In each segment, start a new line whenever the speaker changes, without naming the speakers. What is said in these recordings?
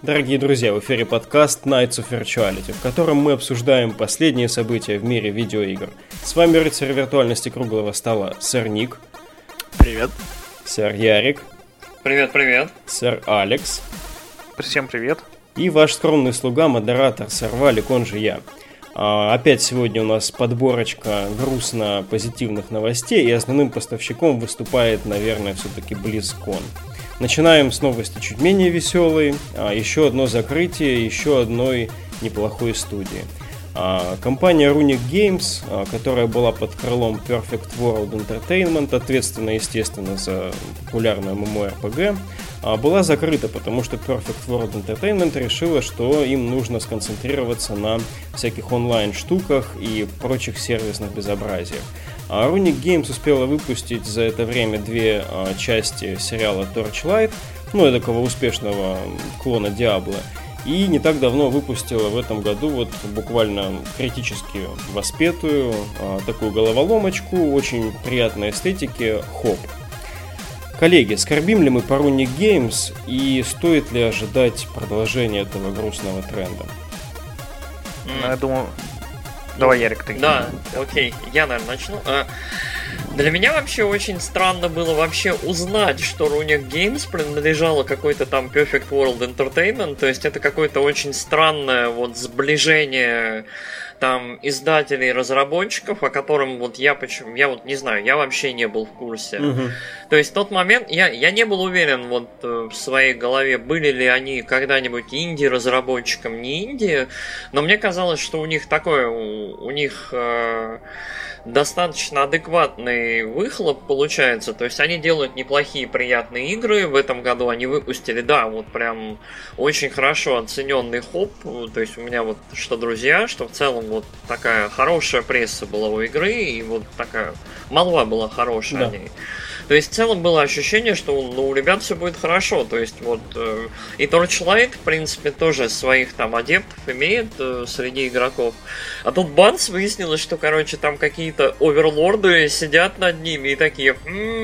Дорогие друзья, в эфире подкаст Nights of Virtuality, в котором мы обсуждаем последние события в мире видеоигр. С вами рыцарь виртуальности круглого стола, сэр Ник.
Привет.
Сэр Ярик.
Привет.
Сэр Алекс.
Всем привет.
И ваш скромный слуга, модератор, сэр Валик, он же я. Опять сегодня у нас подборочка грустно-позитивных новостей, и основным поставщиком выступает, наверное, все-таки BlizzCon. Начинаем с новости чуть менее веселой. Еще одно закрытие еще одной неплохой студии. Компания Runic Games, которая была под крылом Perfect World Entertainment, ответственна, естественно, за популярную MMORPG, была закрыта, потому что Perfect World Entertainment решила, что им нужно сконцентрироваться на всяких онлайн-штуках и прочих сервисных безобразиях. Runic Games успела выпустить за это время две части сериала Torchlight, такого успешного клона Diablo, и не так давно выпустила в этом году буквально критически воспетую такую головоломочку очень приятной эстетики Хоп. Коллеги, скорбим ли мы по Runic Games и стоит ли ожидать продолжения этого грустного тренда?
Я думаю... Давай, Ярик, ты.
Да, окей, я, наверное, начну. Для меня вообще очень странно было вообще узнать, что Runic Games принадлежала какой-то там Perfect World Entertainment, то есть это какое-то очень странное сближение там издателей и разработчиков, о котором я не знаю, я вообще не был в курсе. То есть в тот момент я не был уверен в своей голове, были ли они когда-нибудь инди-разработчиком, не инди, но мне казалось, что у них достаточно адекватный выхлоп получается, то есть они делают неплохие приятные игры, в этом году они выпустили, прям очень хорошо оцененный Хоп, то есть у меня что друзья, что в целом такая хорошая пресса была у игры, и такая молва была хорошая о ней. То есть в целом было ощущение, что у ребят все будет хорошо. То есть и Torchlight, в принципе, тоже своих там адептов имеет среди игроков. А тут бац, выяснилось, что, там какие-то оверлорды сидят над ними и такие: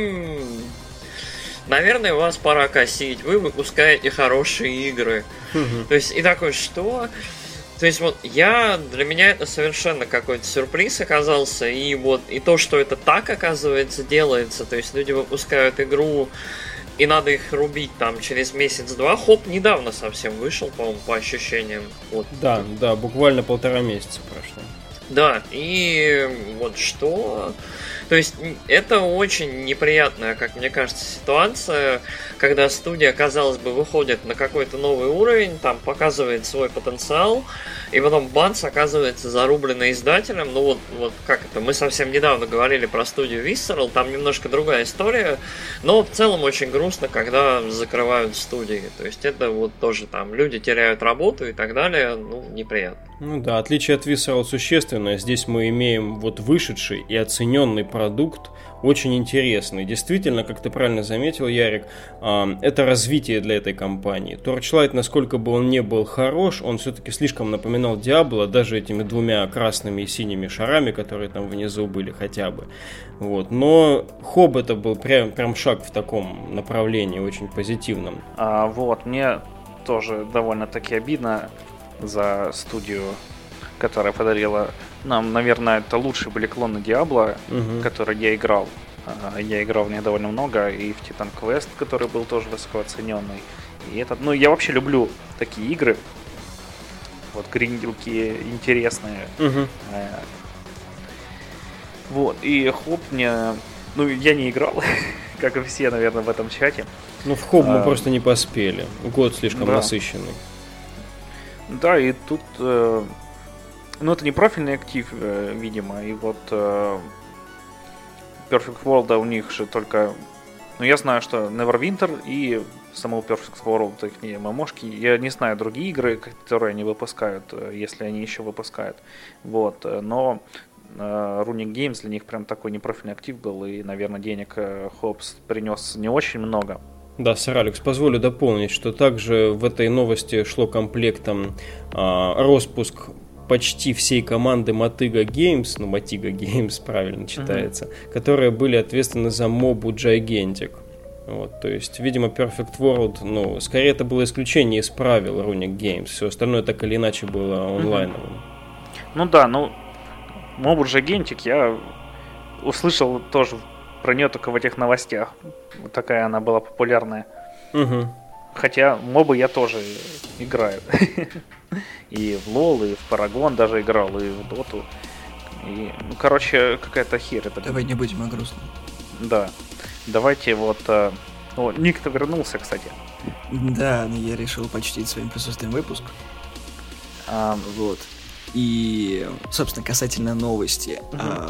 наверное, вас пора косить, вы выпускаете хорошие игры. То есть и такой, что... То есть для меня это совершенно какой-то сюрприз оказался, и то, что это так, оказывается, делается, то есть люди выпускают игру, и надо их рубить там через месяц-два. Хоп недавно совсем вышел, по-моему, по ощущениям.
Да, буквально 1,5 месяца прошло.
Да, и что... То есть это очень неприятная, как мне кажется, ситуация, когда студия, казалось бы, выходит на какой-то новый уровень, там показывает свой потенциал, и потом бац, оказывается зарублена издателем. Как это, мы совсем недавно говорили про студию Visceral, там немножко другая история, но в целом очень грустно, когда закрывают студии. То есть это тоже там люди теряют работу и так далее, неприятно.
Отличие от Visceral существенное. Здесь мы имеем вышедший и оцененный продукт, очень интересный. Действительно, как ты правильно заметил, Ярик, это развитие для этой компании. Torchlight, насколько бы он не был хорош, он все-таки слишком напоминал Diablo, даже этими 2 красными и синими шарами, которые там внизу были хотя бы. Но Хоб это был прям шаг в таком направлении, очень позитивном.
Мне тоже довольно-таки обидно за студию, которая подарила нам, наверное, это лучшие были клоны Diablo, которые я играл. Я играл в них довольно много, и в Titan Quest, который был тоже высокооцененный. И я вообще люблю такие игры. Гринделки интересные. И Хоп мне... я не играл, как и все, наверное, в этом чате.
В Хоп мы просто не поспели. Год слишком насыщенный.
Да, и тут... это не профильный актив, видимо, и Perfect World у них же только... я знаю, что Neverwinter и самого Perfect World, их ММОшки. Я не знаю другие игры, которые они выпускают, если они еще выпускают. Но Runic Games для них прям такой непрофильный актив был, и, наверное, денег Хопс принес не очень много.
Да, сэр Алекс, позволю дополнить, что также в этой новости шло комплектом распуск почти всей команды Motiga Games, Motiga Games правильно читается, которые были ответственны за мобу Gigantic. Вот, то есть, видимо, Perfect World, ну, скорее это было исключение из правил Runic Games. Все остальное так или иначе было онлайновым.
Ну да, ну, Mob Gigantic я услышал тоже про нее только в этих новостях. Вот такая она была популярная. Хотя мобы я тоже играю. И в LoL, и в Paragon даже играл, и в Dota. И, ну, короче, какая-то херь это.
Давай не будем о грустном.
Да. Давайте вот... О, Ник-то вернулся, кстати.
Да, я решил почтить своим присутствием выпуск. Вот. И, собственно, касательно новости,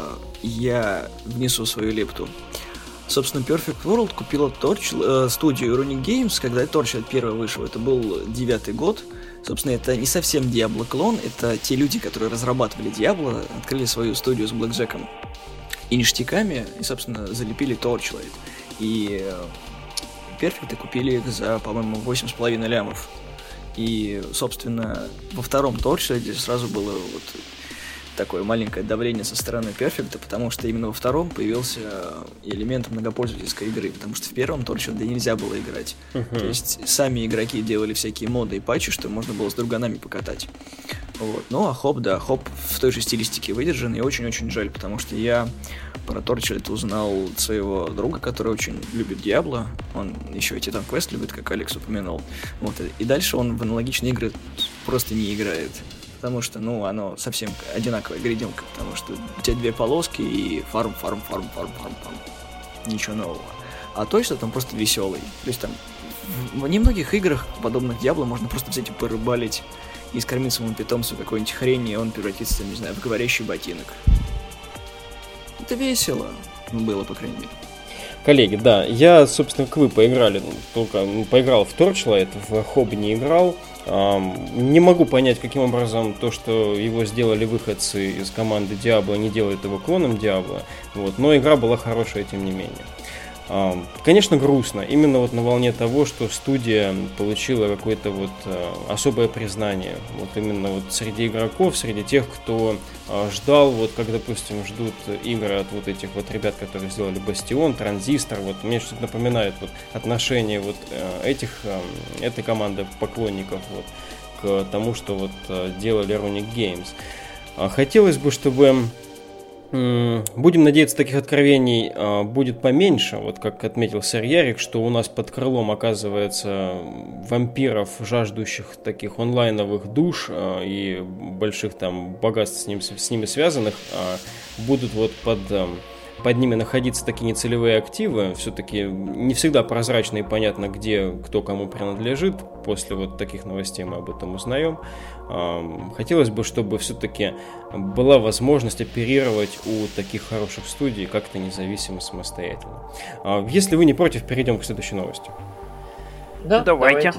я внесу свою лепту. Собственно, Perfect World купила студию Runic Games, когда Torchlight первый вышел. Это был 9-й год. Собственно, это не совсем Diablo клон, это те люди, которые разрабатывали Diablo, открыли свою студию с блэкджеком и ништяками, и, собственно, залепили Torchlight. И Perfect купили их за, по-моему, 8,5 лямов. И, собственно, во втором Torchlight сразу было вот такое маленькое давление со стороны Perfect, потому что именно во втором появился элемент многопользовательской игры, потому что в первом Torchlight нельзя было играть. То есть сами игроки делали всякие моды и патчи, что можно было с друганами покатать. Вот. Ну, а хоп в той же стилистике выдержан, и очень-очень жаль, потому что я про Torchlight узнал от своего друга, который очень любит Diablo, он еще и Titan Quest любит, как Алекс упомянул. Вот. И дальше он в аналогичные игры просто не играет. Потому что, ну, оно совсем одинаковая гриденка, потому что у тебя две полоски и фарм. Ничего нового. А точно там просто веселый. То есть там в немногих играх, подобных Diablo, можно просто взять и порыбалить и скормить своему питомцу какой-нибудь хрень, и он превратится, не знаю, в говорящий ботинок. Это весело. Было, по крайней мере.
Коллеги, да, я, собственно, как вы поиграли, только поиграл в Torchlight, в Хоб не играл. Не могу понять, каким образом то, что его сделали выходцы из команды Diablo, не делает его клоном Diablo, вот, но игра была хорошая, тем не менее. Конечно, грустно, именно вот на волне того, что студия получила какое-то вот особое признание, вот именно вот среди игроков, среди тех, кто ждал, вот как, допустим, ждут игры от вот этих вот ребят, которые сделали Бастион, Транзистор, вот мне что-то напоминает вот отношение вот этой команды поклонников вот к тому, что вот делали Runic Games. Хотелось бы, чтобы... Будем надеяться, таких откровений будет поменьше. Вот как отметил сэр Ярик, что у нас под крылом оказывается вампиров, жаждущих таких онлайновых душ и больших там богатств с ними связанных, будут вот под ними находиться такие нецелевые активы. Все-таки не всегда прозрачно и понятно, где кто кому принадлежит. После вот таких новостей мы об этом узнаем. Хотелось бы, чтобы все-таки была возможность оперировать у таких хороших студий как-то независимо, самостоятельно. Если вы не против, перейдем к следующей новости.
Да, давайте.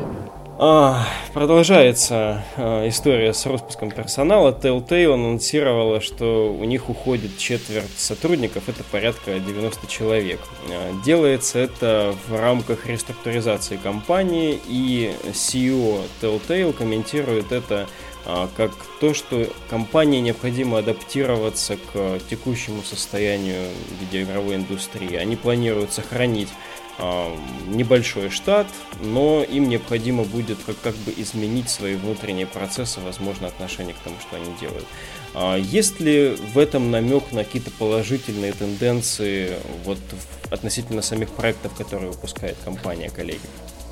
Продолжается история с распуском персонала. Telltale анонсировала, что у них уходит четверть сотрудников, это порядка 90 человек. Делается это в рамках реструктуризации компании, и CEO Telltale комментирует это как то, что компании необходимо адаптироваться к текущему состоянию видеоигровой индустрии. Они планируют сохранить небольшой штат, но им необходимо будет как бы изменить свои внутренние процессы, возможно, отношение к тому, что они делают. Есть ли в этом намек на какие-то положительные тенденции вот относительно самих проектов, которые выпускает компания, коллеги?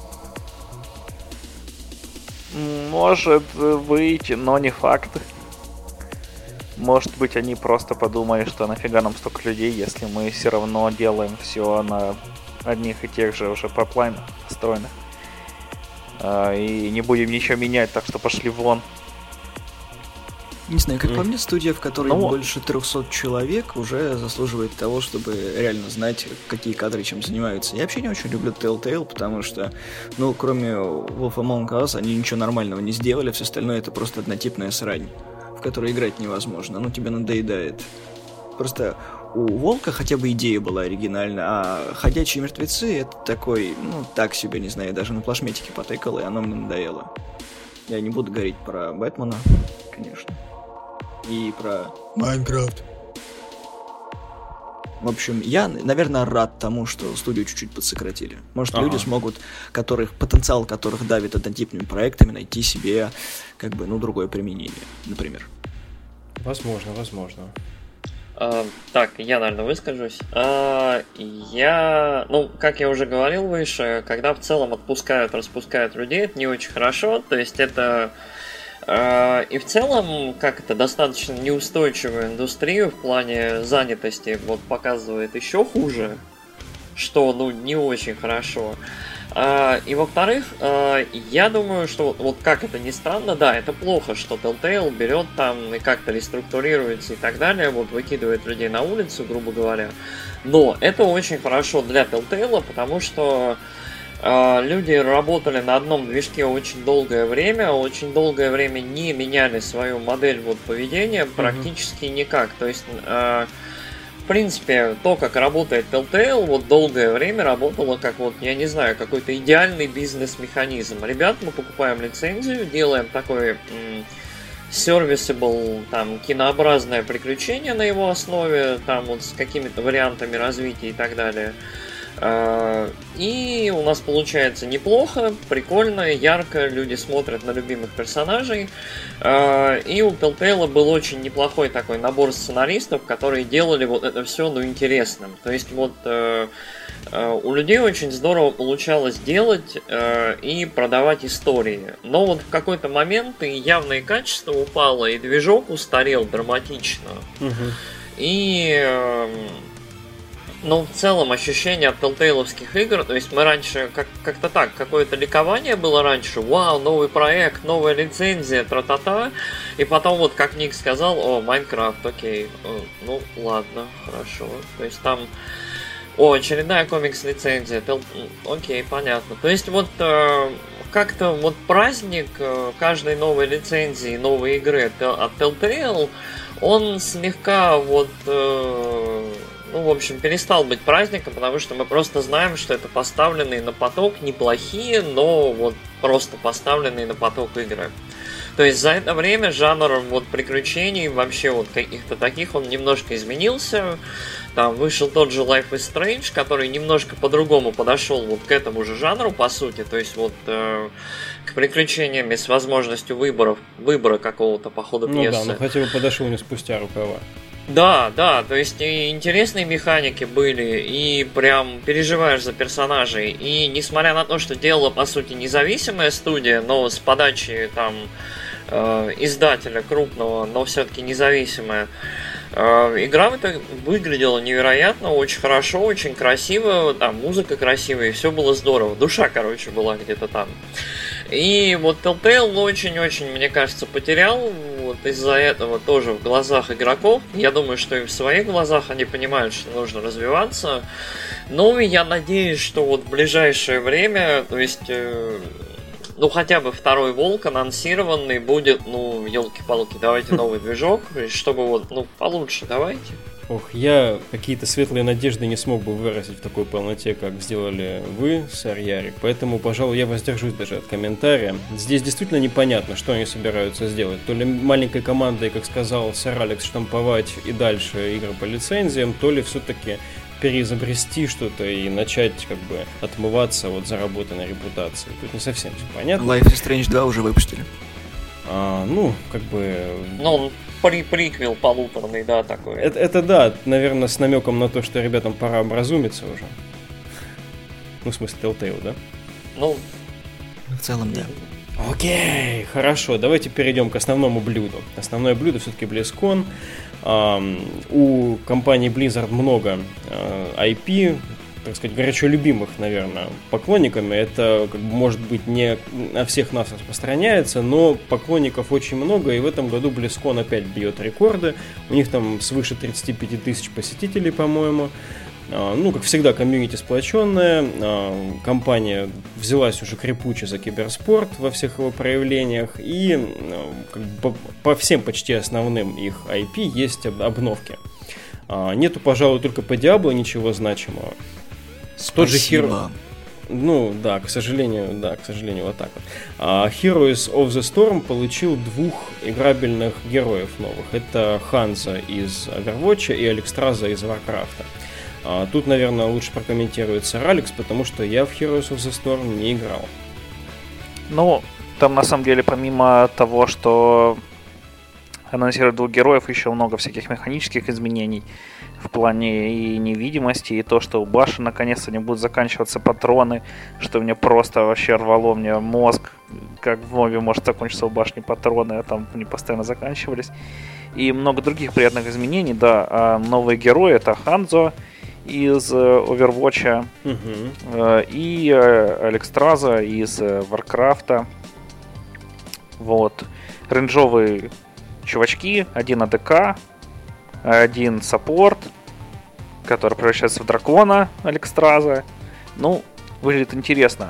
Может быть, но не факт. Может быть, они просто подумали, что нафига нам столько людей, если мы все равно делаем все на одних и тех же уже пайплайнах построенных. И не будем ничего менять, так что пошли вон.
Не знаю, как по мне, студия, в которой больше 300 человек, уже заслуживает того, чтобы реально знать, какие кадры чем занимаются. Я вообще не очень люблю Telltale, потому что, ну, кроме Wolf Among Us, они ничего нормального не сделали, все остальное это просто однотипная срань, в которой играть невозможно, ну, тебе надоедает. Просто у Волка хотя бы идея была оригинальна, а Ходячие мертвецы это такой, ну, так себе, не знаю, даже на плашметике потыкал, и оно мне надоело. Я не буду говорить про Бэтмена, конечно. И про Майнкрафт. В общем, я, наверное, рад тому, что студию чуть-чуть подсократили. Может, люди смогут, потенциал которых давит однотипными проектами, найти себе, другое применение, например.
Возможно.
Так, я, наверное, выскажусь. Как я уже говорил выше, когда в целом распускают людей, это не очень хорошо. То есть это и в целом, достаточно неустойчивую индустрию в плане занятости показывает еще хуже, что, не очень хорошо. И во-вторых, я думаю, что как это ни странно, да, это плохо, что Telltale берет там и как-то реструктурируется и так далее, выкидывает людей на улицу, грубо говоря. Но это очень хорошо для Telltale, потому что люди работали на одном движке очень долгое время не меняли свою модель поведения практически никак. То есть в принципе, то, как работает Telltale, долгое время работало как я не знаю, какой-то идеальный бизнес-механизм. Ребят, мы покупаем лицензию, делаем такой serviceable, кинообразное приключение на его основе, с какими-то вариантами развития и так далее. И у нас получается неплохо, прикольно, ярко, люди смотрят на любимых персонажей. И у Telltale был очень неплохой такой набор сценаристов, которые делали это все интересным. То есть у людей очень здорово получалось делать и продавать истории. Но в какой-то момент и явное качество упало, и движок устарел драматично. И в целом ощущение от Telltale'овских игр, то есть мы раньше как-то так, какое-то ликование было раньше, вау, новый проект, новая лицензия, тра-та-та, и потом как Ник сказал, Майнкрафт, окей, ладно, хорошо, то есть там, очередная комикс-лицензия, окей, понятно, то есть как-то праздник каждой новой лицензии, новой игры от Telltale, он слегка перестал быть праздником, потому что мы просто знаем, что это поставленные на поток неплохие, но просто поставленные на поток игры. То есть за это время жанр приключений, вообще каких-то таких, он немножко изменился. Там вышел тот же Life is Strange, который немножко по-другому подошел к этому же жанру, по сути. То есть к приключениям с возможностью выбора какого-то по ходу пьесы.
Но хотя бы подошел не спустя рукава.
Да, то есть и интересные механики были, и прям переживаешь за персонажей. И несмотря на то, что делала, по сути, независимая студия, но с подачи издателя крупного, но все-таки независимая, игра выглядела невероятно, очень хорошо, очень красиво, музыка красивая, и все было здорово. Душа, была где-то там. И Telltale очень-очень, мне кажется, потерял из-за этого тоже в глазах игроков. Я думаю, что и в своих глазах они понимают, что нужно развиваться. Ну и я надеюсь, что в ближайшее время, то есть, хотя бы второй Волк анонсированный будет, елки-палки, давайте новый движок, чтобы получше давайте.
Я какие-то светлые надежды не смог бы выразить в такой полноте, как сделали вы, сэр Ярик. Поэтому, пожалуй, я воздержусь даже от комментария. Здесь действительно непонятно, что они собираются сделать. То ли маленькой командой, как сказал сэр Алекс, штамповать и дальше игры по лицензиям, то ли все-таки переизобрести что-то и начать отмываться от заработанной репутации. Тут не совсем все понятно.
Life is Strange 2 уже выпустили.
Приквел полуторный, да, такой.
Это да, наверное, с намеком на то, что ребятам пора образумиться уже. В смысле, Telltale, да?
В целом, да.
Окей, хорошо, давайте перейдем к основному блюду. Основное блюдо все-таки BlizzCon. У компании Blizzard много IP, так сказать, горячо любимых, наверное, поклонниками. Это, может быть, не на всех нас распространяется, но поклонников очень много, и в этом году BlizzCon опять бьет рекорды. У них там свыше 35 тысяч посетителей, по-моему. Как всегда, комьюнити сплоченная. Компания взялась уже крепуче за киберспорт во всех его проявлениях, и по всем почти основным их IP есть обновки. Нету, пожалуй, только по Diablo ничего значимого. Тот же Hero... к сожалению, вот так вот. Heroes of the Storm получил 2 играбельных героев новых. Это Ханза из Overwatch и Алекстраза из Warcraft. Тут, наверное, лучше прокомментирует сэр Алекс, потому что я в Heroes of the Storm не играл.
Ну, там на самом деле помимо того, что анонсируют двух героев, еще много всяких механических изменений в плане и невидимости, и то, что у башен наконец-то не будут заканчиваться патроны, что мне просто вообще рвало мне мозг, как в Нове может закончиться у башни патроны, а там они постоянно заканчивались. И много других приятных изменений, да. А новые герои — это Ханзо из Overwatch, и Алекстраза из Варкрафта. Вот. Рейнджовые чувачки, один АДК, один саппорт, который превращается в дракона Алекстраза. Ну, выглядит интересно.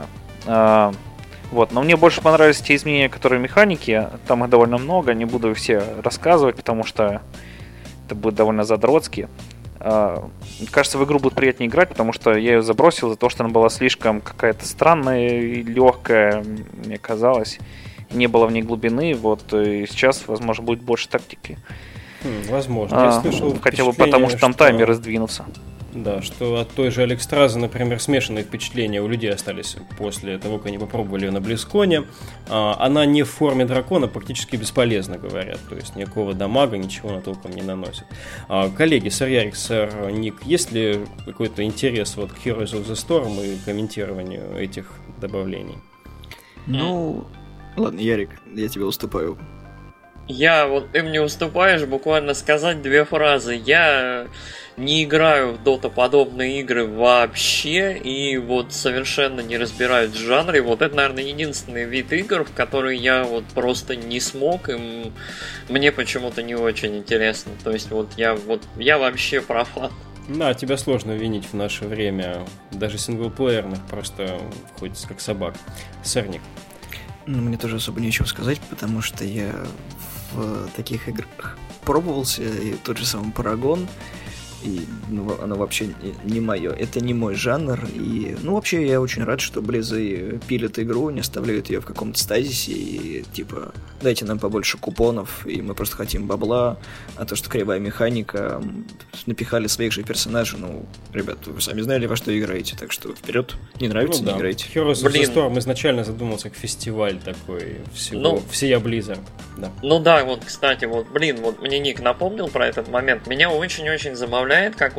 Вот, но мне больше понравились те изменения, которые механики. Там их довольно много, не буду их все рассказывать, потому что это будет довольно задротски. Кажется, в игру будет приятнее играть, потому что я ее забросил за то, что она была слишком какая-то странная и легкая, мне казалось. Не было в ней глубины, вот, и сейчас, возможно, будет больше тактики.
Возможно. Я слышал
хотя бы потому, что там таймеры сдвинутся.
Да, что от той же Алекстразы, например, смешанные впечатления у людей остались после того, как они попробовали ее на Близконе. Она не в форме дракона, практически бесполезна, говорят. То есть никакого дамага, ничего она толком не наносит. Коллеги, сэр Ярик, сэр Ник, есть ли какой-то интерес вот к Heroes of the Storm и комментированию этих добавлений?
Ну, ладно, Ярик, я тебе уступаю.
Ты мне уступаешь буквально сказать две фразы. Я не играю в дота-подобные игры вообще, и вот совершенно не разбираюсь в жанре. Вот это, наверное, единственный вид игр, в который я вот просто не смог, и мне почему-то не очень интересно. То есть я вообще профан.
Да, тебя сложно винить в наше время, даже синглплеерных, просто ходит как собак. Сэрник.
Ну, мне тоже особо нечего сказать, потому что я в таких играх пробовался, и тот же самый Парагон, и оно вообще не мое, это не мой жанр, и, вообще я очень рад, что Близы пилят игру, не оставляют ее в каком-то стазисе, и, типа, дайте нам побольше купонов, и мы просто хотим бабла, а то, что кривая механика, напихали своих же персонажей, ребят, вы сами знали, во что играете, так что вперед, не нравится, не играйте.
Heroes of the Storm изначально задумался как фестиваль такой, всея Blizzard.
Да. Вот, кстати, мне Ник напомнил про этот момент, меня очень-очень забавляет, как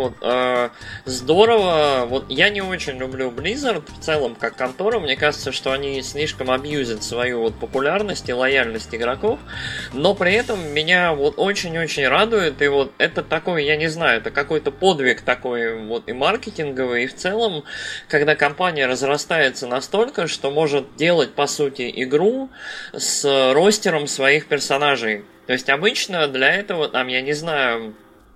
здорово. Я не очень люблю Blizzard в целом как контору. Мне кажется, что они слишком абьюзят свою популярность и лояльность игроков. Но при этом меня очень-очень радует. И это такой, я не знаю, это какой-то подвиг такой и маркетинговый, и в целом, когда компания разрастается настолько, что может делать, по сути, игру с ростером своих персонажей. То есть обычно для этого, я не знаю,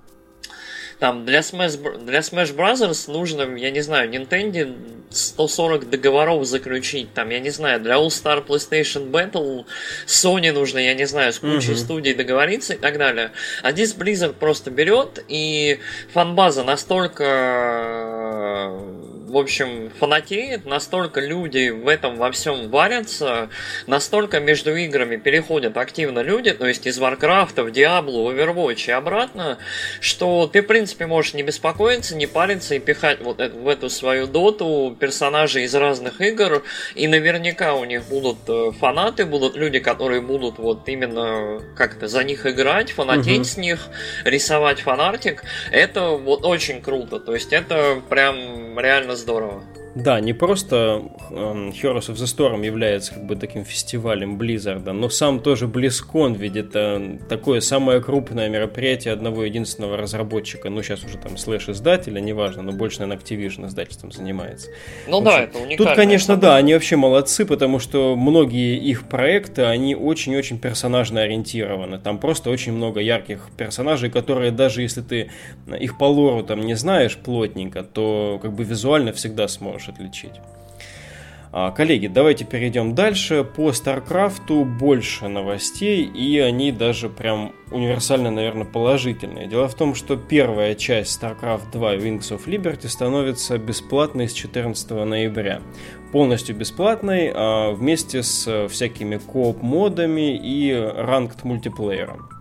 для Smash Brothers нужно, я не знаю, Nintendo 140 договоров заключить. Я не знаю, для All-Star PlayStation Battle Sony нужно, я не знаю, с кучей студий договориться и так далее. А здесь Blizzard просто берет, и фан-база настолько, в общем, фанатеет, настолько люди в этом во всем варятся, настолько между играми переходят активно люди, то есть из Warcraft в Diablo, Overwatch и обратно, что ты, в принципе, можешь не беспокоиться, не париться и пихать в эту свою доту персонажей из разных игр, и наверняка у них будут фанаты, будут люди, которые будут именно как-то за них играть, фанатеть с них, рисовать фанартик. Это очень круто, то есть это прям реально здорово.
Да, не просто Heroes of the Storm является таким фестивалем Blizzard, но сам тоже BlizzCon, ведь это такое самое крупное мероприятие одного единственного разработчика, сейчас уже там слэш-издателя, неважно, но больше, наверное, Activision издательством занимается.
Это уникально.
Тут, конечно, да, они вообще молодцы, потому что многие их проекты, они очень-очень персонажно ориентированы. Там просто очень много ярких персонажей, которые даже если ты их по лору не знаешь плотненько, то визуально всегда сможешь отличить. Коллеги, давайте перейдем дальше. По StarCraft'у больше новостей, и они даже прям универсально, наверное, положительные. Дело в том, что первая часть StarCraft 2 Wings of Liberty становится бесплатной с 14 ноября. Полностью бесплатной, вместе с всякими кооп-модами и ranked мультиплеером.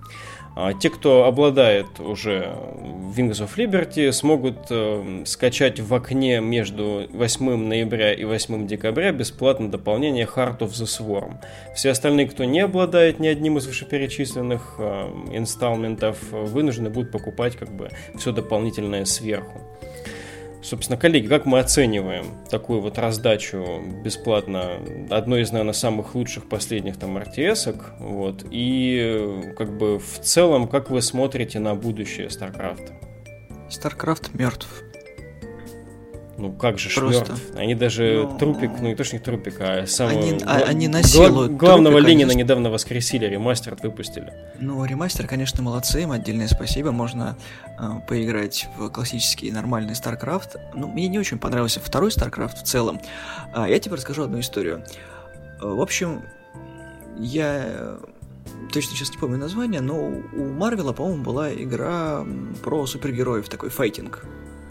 Те, кто обладает уже Wings of Liberty, смогут скачать в окне между 8 ноября и 8 декабря бесплатно дополнение Heart of the Swarm. Все остальные, кто не обладает ни одним из вышеперечисленных инсталментов, вынуждены будут покупать как бы все дополнительное сверху. Собственно, коллеги, как мы оцениваем такую вот раздачу бесплатно одной из, наверное, самых лучших последних там RTS-ок, вот, и как бы в целом, как вы смотрите на будущее StarCraft?
StarCraft мертв.
Ну как же
Просто.
мертв? Они даже трупик, ну не то, что не трупик, а самого
они насилуют
главного
трупик,
Ленина недавно воскресили, ремастер выпустили.
Ну, ремастер, конечно, молодцы, им отдельное спасибо. Можно поиграть в классический нормальный StarCraft. Ну, мне не очень понравился второй StarCraft в целом. Я тебе расскажу одну историю. В общем, я точно сейчас не помню название, но у Марвела, по-моему, была игра про супергероев, такой файтинг.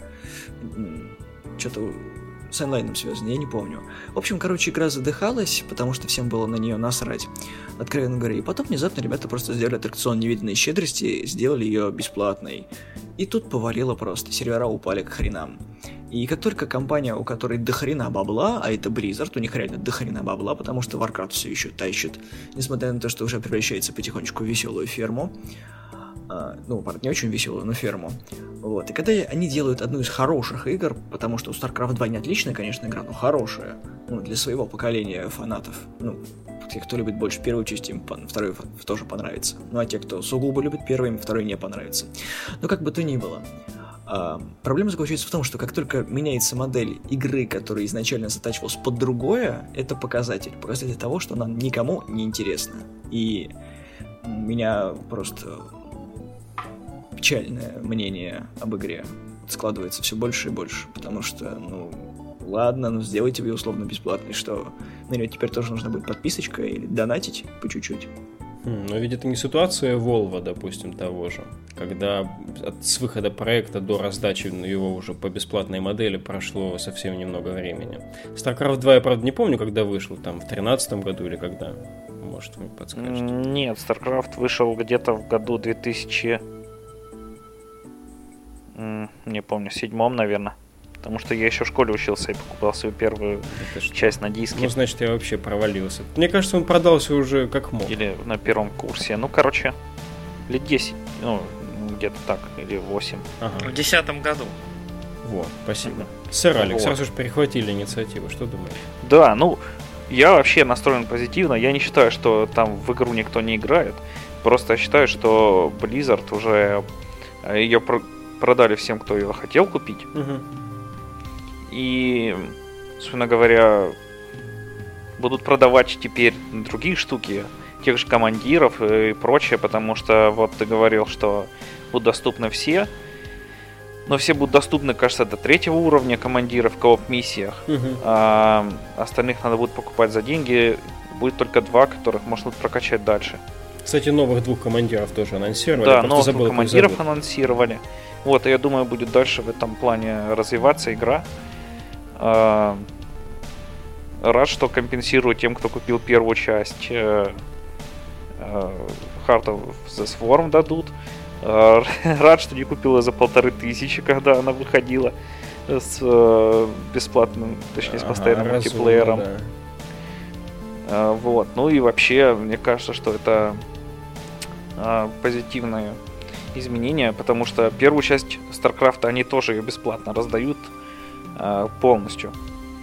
Что-то с онлайном связано, я не помню. В общем, короче, игра задыхалась, потому что всем было на нее насрать, откровенно говоря. И потом внезапно ребята просто сделали аттракцион невиданной щедрости, сделали ее бесплатной. И тут повалило просто, сервера упали к хренам. И как только компания, у которой дохрена бабла, а это Blizzard, у них реально дохрена бабла, потому что Warcraft все еще тащит, несмотря на то, что уже превращается потихонечку в веселую ферму. Ну, не очень веселую, но ферму. Вот. И когда они делают одну из хороших игр, потому что у StarCraft 2 не отличная, конечно, игра, но хорошая, ну, для своего поколения фанатов, ну, те, кто любит больше первую часть, им второй тоже понравится. Ну, а те, кто сугубо любит первый, им второй не понравится. Но как бы то ни было. Проблема заключается в том, что как только меняется модель игры, которая изначально затачивалась под другое, это показатель того, что она никому не интересна. И у меня просто печальное мнение об игре складывается все больше и больше, потому что, ну, ладно, ну сделайте ее условно бесплатной, что на нее теперь тоже нужно будет подписочка или донатить по чуть-чуть.
Но ведь это не ситуация Volvo, допустим, того же, когда с выхода проекта до раздачи его уже по бесплатной модели прошло совсем немного времени. StarCraft 2 я, правда, не помню, когда вышел, там, в 2013 году или когда, может, вы подскажете?
Нет, StarCraft вышел где-то в году 2000... Не помню, 7-м, наверное. Потому что я еще в школе учился и покупал свою первую часть на диске.
Ну, значит, я вообще провалился. Мне кажется, он продался уже как мог.
Или на первом курсе. Ну, короче, лет 10. Ну, где-то так. Или 8.
Ага. В 2010 году.
Вот, спасибо. Сэр Алекс, раз уж перехватили инициативу, что думаешь?
Да, ну, я вообще настроен позитивно. Я не считаю, что там в игру никто не играет. Просто считаю, что Blizzard уже ее продали всем, кто ее хотел купить.
Угу.
И, собственно говоря, будут продавать теперь другие штуки, тех же командиров и прочее, потому что вот ты говорил, что будут доступны все, но все будут доступны, кажется, до 3-го уровня командиров в кооп-миссиях, а остальных надо будет покупать за деньги, будет только 2, которых можно прокачать дальше.
Кстати, новых 2 командиров тоже анонсировали.
Да, новых 2 командиров анонсировали. Вот, и я думаю, будет дальше в этом плане развиваться игра. Рад, что компенсирую тем, кто купил первую часть. Heart of the Swarm дадут. Рад, что не купил ее за 1500, когда она выходила с бесплатным, точнее, с постоянным мультиплеером. Да. Вот, ну и вообще, мне кажется, что это позитивное изменения, потому что первую часть StarCraft они тоже ее бесплатно раздают полностью.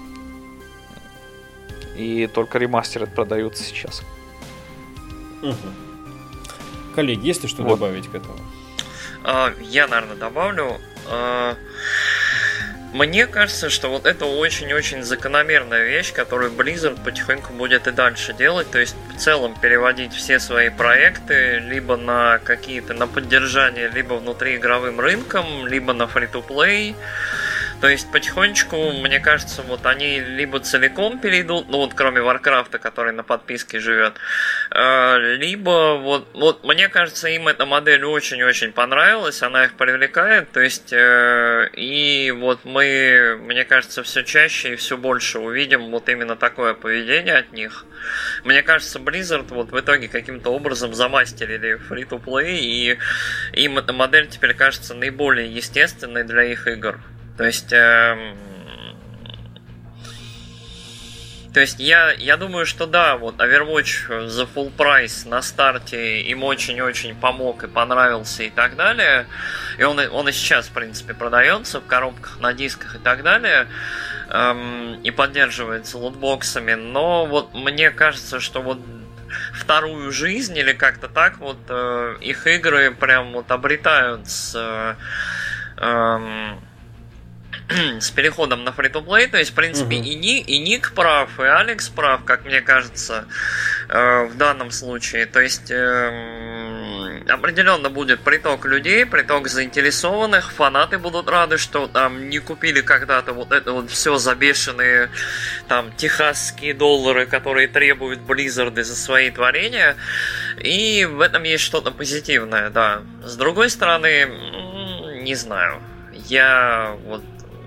И только ремастеры продаются сейчас.
Угу. Коллеги, есть ли что добавить к этому?
Я, наверное, добавлю. Мне кажется, что вот это очень-очень закономерная вещь, которую Blizzard потихоньку будет и дальше делать. То есть в целом переводить все свои проекты либо на какие-то на поддержание, либо внутриигровым рынком, либо на free-to-play. То есть потихонечку, мне кажется, вот они либо целиком перейдут, ну вот кроме Варкрафта, который на подписке живет, либо вот мне кажется, им эта модель очень-очень понравилась, она их привлекает, то есть и вот мы, мне кажется, все чаще и все больше увидим вот именно такое поведение от них. Мне кажется, Blizzard вот в итоге каким-то образом замастерили free-to-play, и им эта модель теперь кажется наиболее естественной для их игр. То есть я думаю, что да, вот Overwatch за full price на старте им очень-очень помог и понравился и так далее. И он и сейчас, в принципе, продается в коробках, на дисках и так далее. И поддерживается лутбоксами. Но вот мне кажется, что вот вторую жизнь или как-то так вот их игры прям вот обретают с переходом на free-to-play, то есть, в принципе, и Ник прав, и Алекс прав, как мне кажется, в данном случае. То есть, определенно будет приток людей, приток заинтересованных, фанаты будут рады, что там не купили когда-то вот это вот все за бешеные там техасские доллары, которые требуют Blizzard за свои творения, и в этом есть что-то позитивное, да. С другой стороны, не знаю, я вот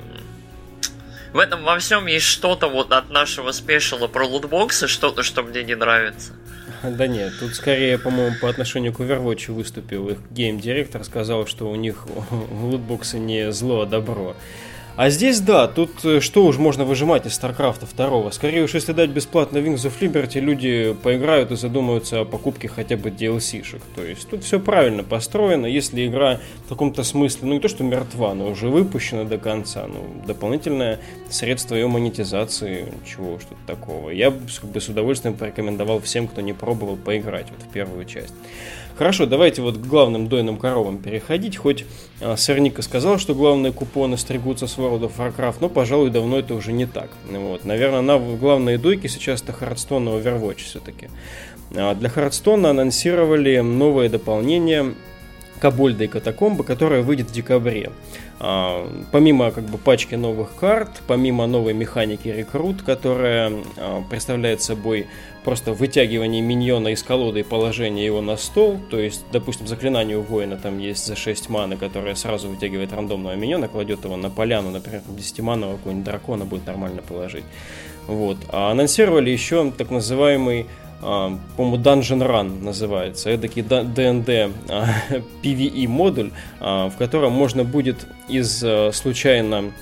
в этом во всем есть что-то вот от нашего спешала про лутбоксы, что-то, что мне не нравится.
Да нет, тут скорее, по-моему, по отношению к Overwatch выступил их гейм-директор, сказал, что у них лутбоксы не зло, а добро. А здесь, да, тут что уж можно выжимать из StarCraft 2. Скорее уж, если дать бесплатно Wings of Liberty, люди поиграют и задумаются о покупке хотя бы DLC-шек. То есть тут все правильно построено. Если игра в каком-то смысле, ну не то что мертва, но уже выпущена до конца, ну дополнительное средство ее монетизации, чего уж тут такого. Я бы с удовольствием порекомендовал всем, кто не пробовал, поиграть вот в первую часть. Хорошо, давайте вот к главным дойным коровам переходить. Хоть сэр Ника сказал, что главные купоны стригутся с World of Warcraft, но, пожалуй, давно это уже не так. Вот. Наверное, главные дойки сейчас это Hearthstone и Overwatch все-таки. Для Hearthstone анонсировали новое дополнение Кобольда и Катакомбы, которое выйдет в декабре. Помимо как бы пачки новых карт, помимо новой механики рекрут, которая представляет собой просто вытягивание миньона из колоды и положение его на стол, то есть, допустим, заклинание у воина там есть за 6 маны, которое сразу вытягивает рандомного миньона, кладет его на поляну, например, 10-манного какого-нибудь дракона будет нормально положить. Вот. А анонсировали еще так называемый, по-моему, Dungeon Run называется, эдакий D&D PvE модуль, в котором можно будет из случайно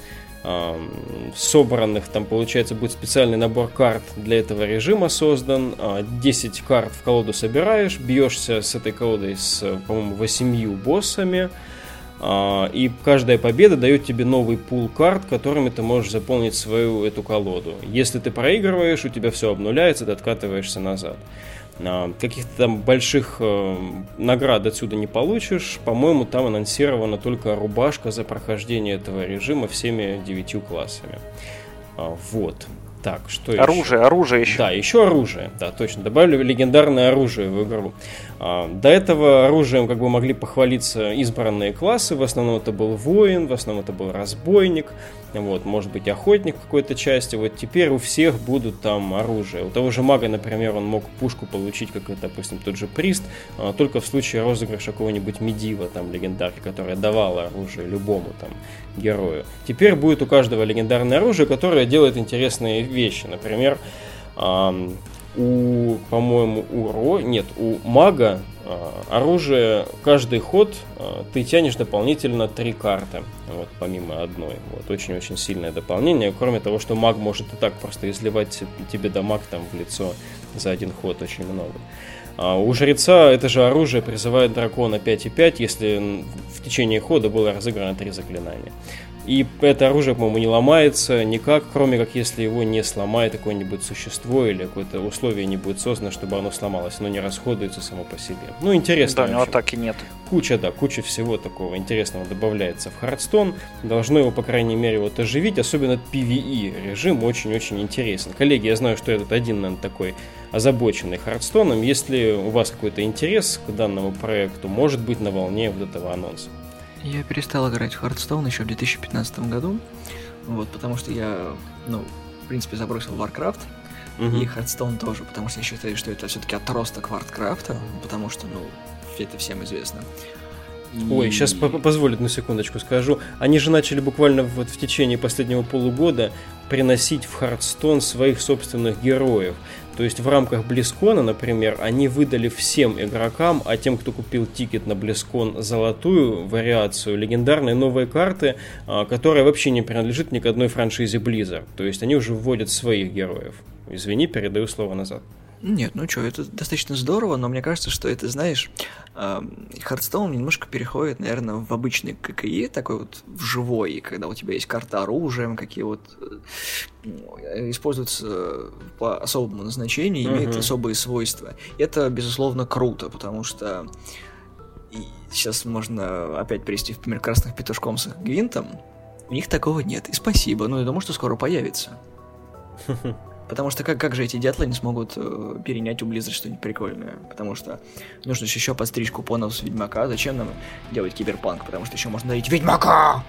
собранных, там получается будет специальный набор карт для этого режима создан, 10 карт в колоду собираешь, бьешься с этой колодой с, по-моему, 8 боссами, и каждая победа дает тебе новый пул карт, которыми ты можешь заполнить свою эту колоду. Если ты проигрываешь, у тебя все обнуляется, ты откатываешься назад. Каких-то там больших наград отсюда не получишь. По-моему, там анонсирована только рубашка за прохождение этого режима всеми 9 классами. Вот. Так, что
оружие еще.
Да, еще оружие. Да, точно. Добавили легендарное оружие в игру. До этого оружием как бы могли похвалиться избранные классы. В основном это был воин, в основном это был разбойник. Вот, может быть, охотник в какой-то части. Вот теперь у всех будут там оружие. У того же мага, например, он мог пушку получить, как, допустим, тот же прист, только в случае розыгрыша какого-нибудь медива, там, легендарки, которая давала оружие любому там герою. Теперь будет у каждого легендарное оружие, которое делает интересные вещи. Например, у мага оружие каждый ход ты тянешь дополнительно 3 карты, вот, помимо одной. Вот, очень-очень сильное дополнение. Кроме того, что маг может и так просто изливать тебе дамаг там в лицо за один ход очень много. У жреца это же оружие призывает дракона 5/5, если в течение хода было разыграно 3 заклинания. И это оружие, по-моему, не ломается никак, кроме как если его не сломает какое-нибудь существо или какое-то условие не будет создано, чтобы оно сломалось. Оно не расходуется само по себе. Ну, интересно.
Да, у него атаки нет.
Куча всего такого интересного добавляется в Hearthstone. Должно его, по крайней мере, вот оживить. Особенно PvE режим очень-очень интересен. Коллеги, я знаю, что я тут один, наверное, такой озабоченный Hearthstone. Если у вас какой-то интерес к данному проекту, может быть на волне вот этого анонса.
Я перестал играть в Hearthstone еще в 2015 году, вот, потому что я, в принципе, забросил Warcraft, и Hearthstone тоже, потому что я считаю, что это все-таки отросток Warcraft, потому что, это всем известно.
Ой, сейчас позволь одну секундочку скажу. Они же начали буквально в течение последнего полугода приносить в Hearthstone своих собственных героев. То есть в рамках BlizzCon, например, они выдали всем игрокам, а тем, кто купил тикет на BlizzCon, золотую вариацию, легендарные новые карты, которая вообще не принадлежит ни к одной франшизе Blizzard. То есть они уже вводят своих героев. Извини, передаю слово назад.
Нет, это достаточно здорово, но мне кажется, что это, знаешь, Hearthstone немножко переходит, наверное, в обычный ККИ, такой вот в живой, когда у тебя есть карта оружием, какие вот используются по особому назначению, имеют особые свойства. Это, безусловно, круто, потому что сейчас можно опять привести в пример красных петушком с их Гвинтом, у них такого нет, и спасибо, я думаю, что скоро появится. Потому что как же эти дятлы не смогут перенять у Blizzard что-нибудь прикольное? Потому что нужно же еще подстричь купонов с Ведьмака. Зачем нам делать Киберпанк? Потому что еще можно дарить Ведьмака!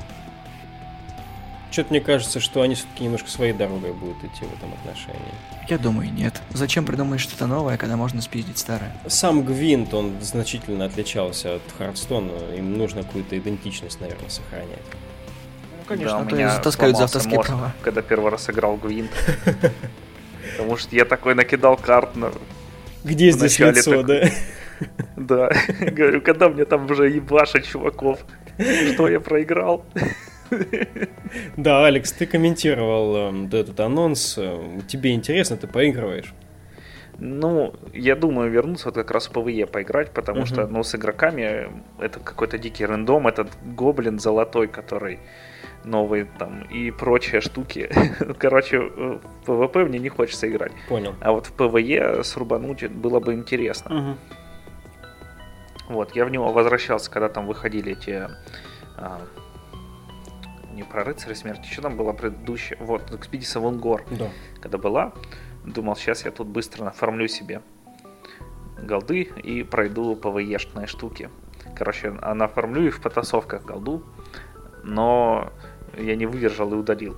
Что-то мне кажется, что они все-таки немножко своей дорогой будут идти в этом отношении.
Я думаю, нет. Зачем придумать что-то новое, когда можно спиздить старое?
Сам Гвинт, он значительно отличался от Hearthstone. Им нужно какую-то идентичность, наверное, сохранять.
Конечно, то есть таскают за авторские права.
Когда первый раз играл Гвинт. Потому что я такой накидал карт на...
Где здесь лицо, да?
Да. Говорю, когда мне там уже ебашат чуваков, что я проиграл.
Да, Алекс, ты комментировал этот анонс. Тебе интересно, ты поигрываешь?
Я думаю вернуться вот как раз в PvE поиграть, потому что, с игроками это какой-то дикий рандом, этот гоблин золотой, который... новые там и прочие штуки. Короче, в PvP мне не хочется играть.
Понял.
А вот в PvE срубануть было бы интересно. Вот, я в него возвращался, когда там выходили эти... не про рыцаря смерти, что там было предыдущее? Вот, Экспедиция в Унгор.
Да.
Когда была, думал, сейчас я тут быстро нафармлю себе голды и пройду PvE-шные штуки. Короче, нафармлю их в потасовках голду, но я не выдержал и удалил.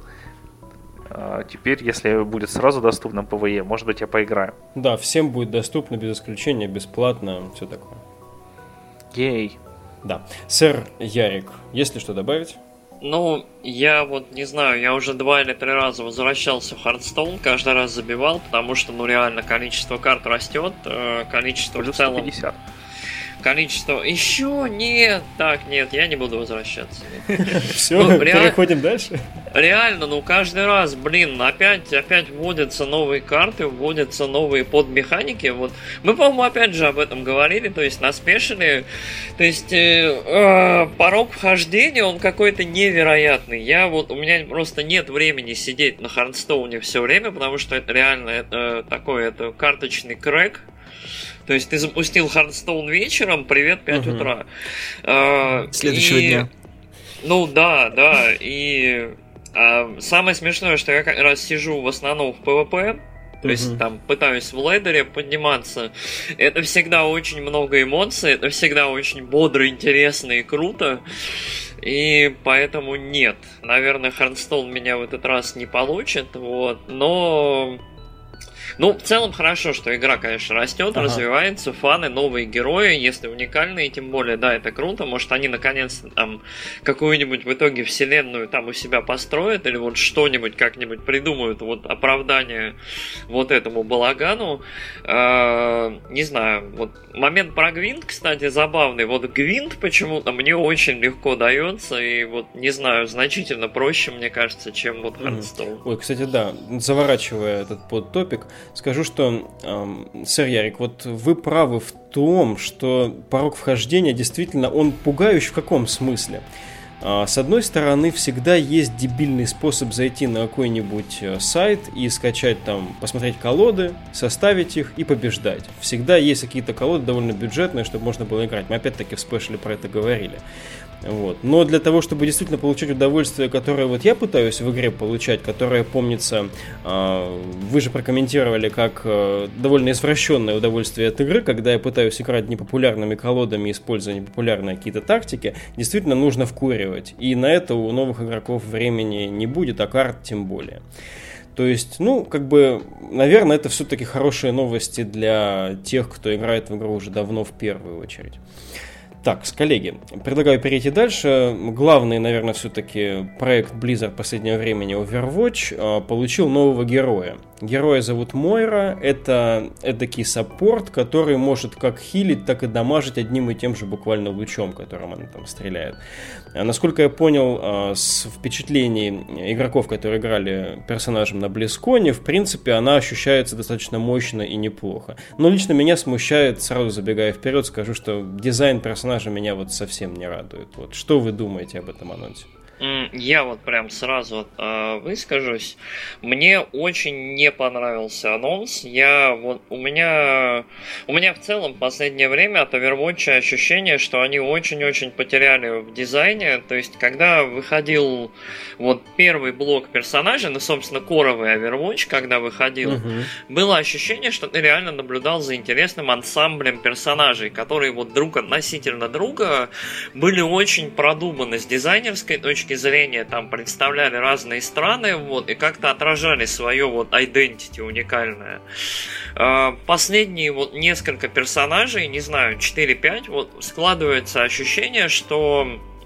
Теперь, если будет сразу доступно PvE, может быть, я поиграю.
Да, всем будет доступно, без исключения, бесплатно, все такое.
Ей.
Да. Сэр Ярик, есть ли что добавить?
Я не знаю, я уже 2 или 3 раза возвращался в Hearthstone, каждый раз забивал, потому что, реально, количество карт растет, количество
плюс
в целом...
150.
Количество... Еще нет! Так, нет, я не буду возвращаться.
Все, переходим дальше?
Реально, каждый раз, опять вводятся новые карты, вводятся новые подмеханики. Вот. Мы, по-моему, опять же об этом говорили, то есть на спешиле. То есть порог вхождения, он какой-то невероятный. У меня просто нет времени сидеть на Hearthstone все время, потому что это реально это карточный крэк. То есть ты запустил Hearthstone вечером, привет, 5 утра.
Следующего дня.
Да, и самое смешное, что я как раз сижу в основном в PvP, то есть там пытаюсь в ледере подниматься. Это всегда очень много эмоций, это всегда очень бодро, интересно и круто. И поэтому нет, наверное, Hearthstone меня в этот раз не получит, но... в целом хорошо, что игра, конечно, растет, развивается, фаны, новые герои, если уникальные, тем более, да, это круто. Может, они наконец-то там какую-нибудь в итоге вселенную там у себя построят или что-нибудь как-нибудь придумают, оправдание этому балагану. Не знаю, момент про Гвинт, кстати, забавный. Гвинт почему-то мне очень легко дается и не знаю, значительно проще, мне кажется, чем Hearthstone.
Ой, кстати, да, заворачивая этот подтопик, скажу, что, сэр Ярик, вы правы в том, что порог вхождения действительно, он пугающий в каком смысле? С одной стороны, всегда есть дебильный способ зайти на какой-нибудь сайт и скачать там, посмотреть колоды, составить их и побеждать. Всегда есть какие-то колоды довольно бюджетные, чтобы можно было играть. Мы опять-таки в спешле про это говорили. Вот. Но для того, чтобы действительно получить удовольствие, которое вот я пытаюсь в игре получать, которое, помнится, вы же прокомментировали как довольно извращенное удовольствие от игры, когда я пытаюсь играть непопулярными колодами, используя непопулярные какие-то тактики, действительно нужно вкуривать. И на это у новых игроков времени не будет, а карт тем более. То есть, наверное, это все-таки хорошие новости для тех, кто играет в игру уже давно в первую очередь. Так, коллеги, предлагаю перейти дальше. Главный, наверное, все-таки проект Blizzard последнего времени, Overwatch, получил нового героя. Героя зовут Мойра. Это эдакий саппорт, который может как хилить, так и дамажить одним и тем же буквально лучом, которым она там стреляет. Насколько я понял, с впечатлений игроков, которые играли персонажем на BlizzCon, в принципе, она ощущается достаточно мощно и неплохо. Но лично меня смущает, сразу забегая вперед, скажу, что дизайн персонажа меня вот совсем не радует. Вот. Что вы думаете об этом анонсе?
Я вот прям сразу выскажусь. Мне очень не понравился анонс. У меня в целом в последнее время от Overwatch ощущение, что они очень-очень потеряли в дизайне. То есть, когда выходил вот первый блок персонажей, собственно, коровый Overwatch, когда выходил, было ощущение, что ты реально наблюдал за интересным ансамблем персонажей, которые вот друг относительно друга были очень продуманы с дизайнерской точки зрения, там представляли разные страны, вот, и как-то отражали свое вот identity уникальное. Последние вот несколько персонажей, не знаю, 4-5, вот складывается ощущение, что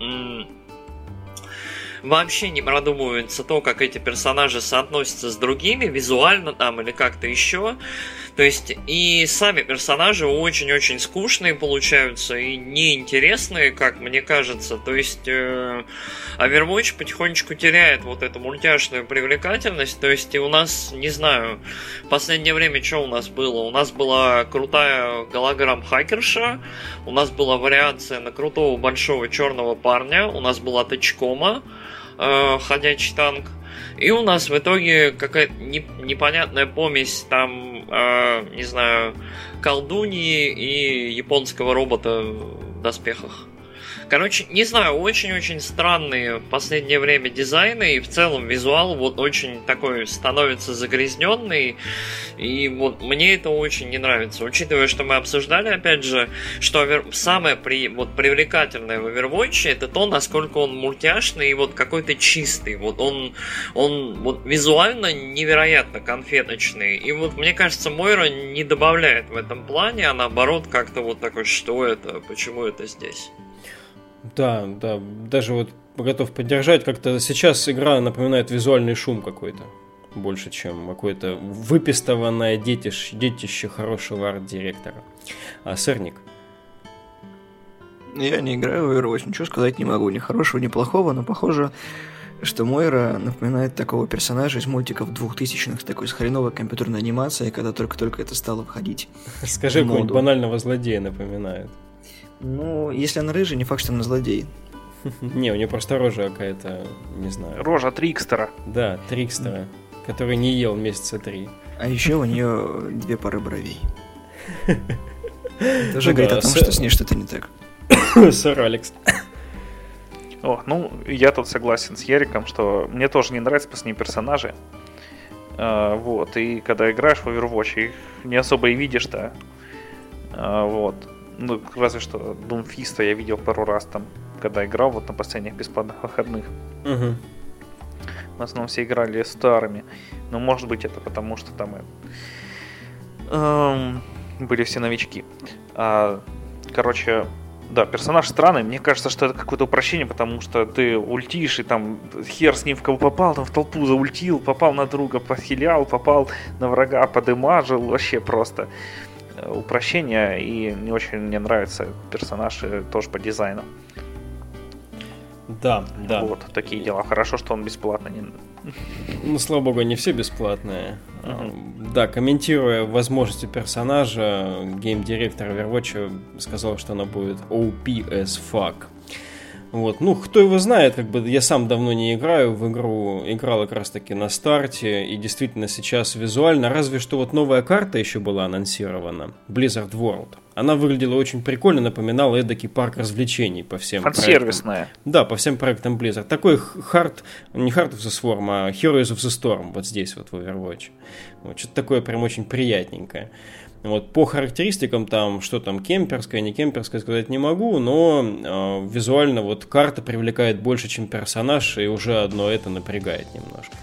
вообще не продумывается то, как эти персонажи соотносятся с другими, визуально там или как-то еще. То есть и сами персонажи очень-очень скучные получаются и неинтересные, как мне кажется. То есть Overwatch потихонечку теряет вот эту мультяшную привлекательность. То есть и у нас, не знаю, в последнее время что у нас было? У нас была крутая голограмм-хакерша, у нас была вариация на крутого большого черного парня, у нас была Тачкома, ходячий танк. И у нас в итоге какая-то непонятная помесь там, не знаю, колдуньи и японского робота в доспехах. Короче, не знаю, очень-очень странные в последнее время дизайны, и в целом визуал вот очень такой становится загрязненный, и вот мне это очень не нравится. Учитывая, что мы обсуждали, опять же, что самое привлекательное в Overwatch это то, насколько он мультяшный и вот какой-то чистый. Вот он вот визуально невероятно конфеточный. И вот мне кажется, Мойра не добавляет в этом плане, а наоборот как-то вот такой, что это, почему это здесь?
Да, даже вот готов поддержать. Как-то сейчас игра напоминает визуальный шум какой-то. Больше, чем какое-то выпистованное детище хорошего арт-директора. Сырник?
Я не играю в Overwatch, ничего сказать не могу. Ни хорошего, ни плохого, но похоже, что Мойра напоминает такого персонажа из мультиков 2000-х, с такой с хреновой компьютерной анимацией, когда только-только это стало входить.
Скажи, какого-нибудь банального злодея напоминает.
Ну, если она рыжая, не факт, что она злодей.
Не, у нее просто рожа какая-то, не знаю.
Рожа Трикстера.
Да, Трикстера, который не ел месяца 3.
А еще у нее 2 пары бровей. Это уже говорит о том, что с ней что-то не так.
Сэр Алекс.
Я тут согласен с Яриком, что мне тоже не нравятся последние персонажи. Вот, и когда играешь в Overwatch, их не особо и видишь-то. Вот. Ну, разве что Doomfist я видел пару раз там, когда играл вот на последних бесплатных выходных. В основном все играли старыми. Но может быть это потому, что там были все новички. Короче, да, персонаж странный. Мне кажется, что это какое-то упрощение, потому что ты ультишь, и там хер с ним в кого попал, там в толпу заультил, попал на друга, похилял, попал на врага, подымажил. Вообще просто упрощение, и не очень мне нравится персонаж тоже по дизайну.
Да.
Вот, такие дела. Хорошо, что он бесплатный.
Ну, слава богу, не все бесплатные. Да, комментируя возможности персонажа, гейм-директор Overwatch сказал, что она будет OP as fuck. Вот. Ну, кто его знает, я сам давно не играю в игру, играл как раз таки на старте, и действительно сейчас визуально, разве что вот новая карта еще была анонсирована, Blizzard World. Она выглядела очень прикольно, напоминала эдакий парк развлечений по всем
фан-сервисная.
Да, по всем проектам Blizzard. Такой не Heart of the Swarm, а Heroes of the Storm вот здесь вот в Overwatch. Вот, что-то такое прям очень приятненькое. Вот, по характеристикам там, что там кемперское, не кемперское, сказать не могу, но визуально вот карта привлекает больше, чем персонаж, и уже одно это напрягает немножко.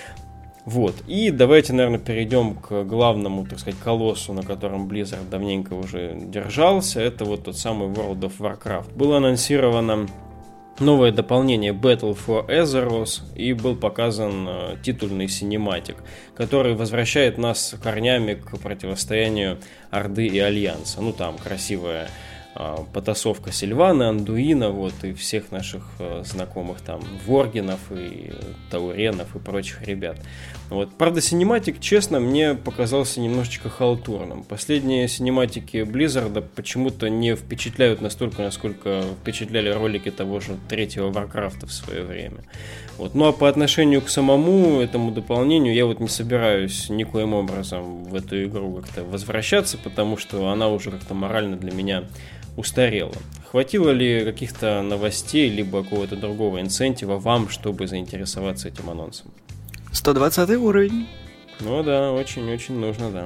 Вот, и давайте, наверное, перейдем к главному, так сказать, колоссу, на котором Blizzard давненько уже держался. Это вот тот самый World of Warcraft. Было анонсировано новое дополнение Battle for Azeroth, и был показан титульный синематик, который возвращает нас корнями к противостоянию Орды и Альянса. Ну, там красивая потасовка Сильвана, Андуина, вот, и всех наших знакомых там Воргенов и Тауренов и прочих ребят. Вот. Правда, синематик, честно, мне показался немножечко халтурным. Последние синематики Blizzard почему-то не впечатляют настолько, насколько впечатляли ролики того же третьего Warcraft в свое время. Вот. Ну а по отношению к самому этому дополнению я вот не собираюсь никоим образом в эту игру как-то возвращаться, потому что она уже как-то морально для меня устарела. Хватило ли каких-то новостей, либо какого-то другого инцентива вам, чтобы заинтересоваться этим анонсом?
120 уровень.
Ну да, очень-очень нужно, да.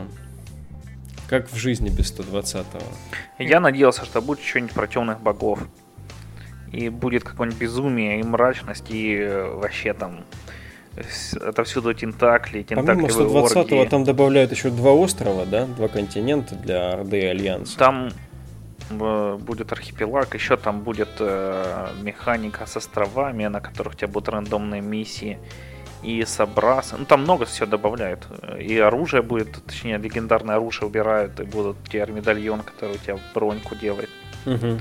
Как в жизни без 120-го?
Я надеялся, что будет что-нибудь про темных богов. И будет какое-нибудь безумие и мрачность, и вообще там отовсюду тентакли,
тентакливые оргии. Помимо 120-го там добавляют еще 2 острова, да? 2 континента для Орды и Альянса.
Там будет архипелаг, еще там будет механика с островами, на которых у тебя будут рандомные миссии, и собрасы. Ну, там много всего добавляют. И оружие будет, точнее, легендарное оружие убирают, и будут тебе медальон, который у тебя броньку делает.
Угу.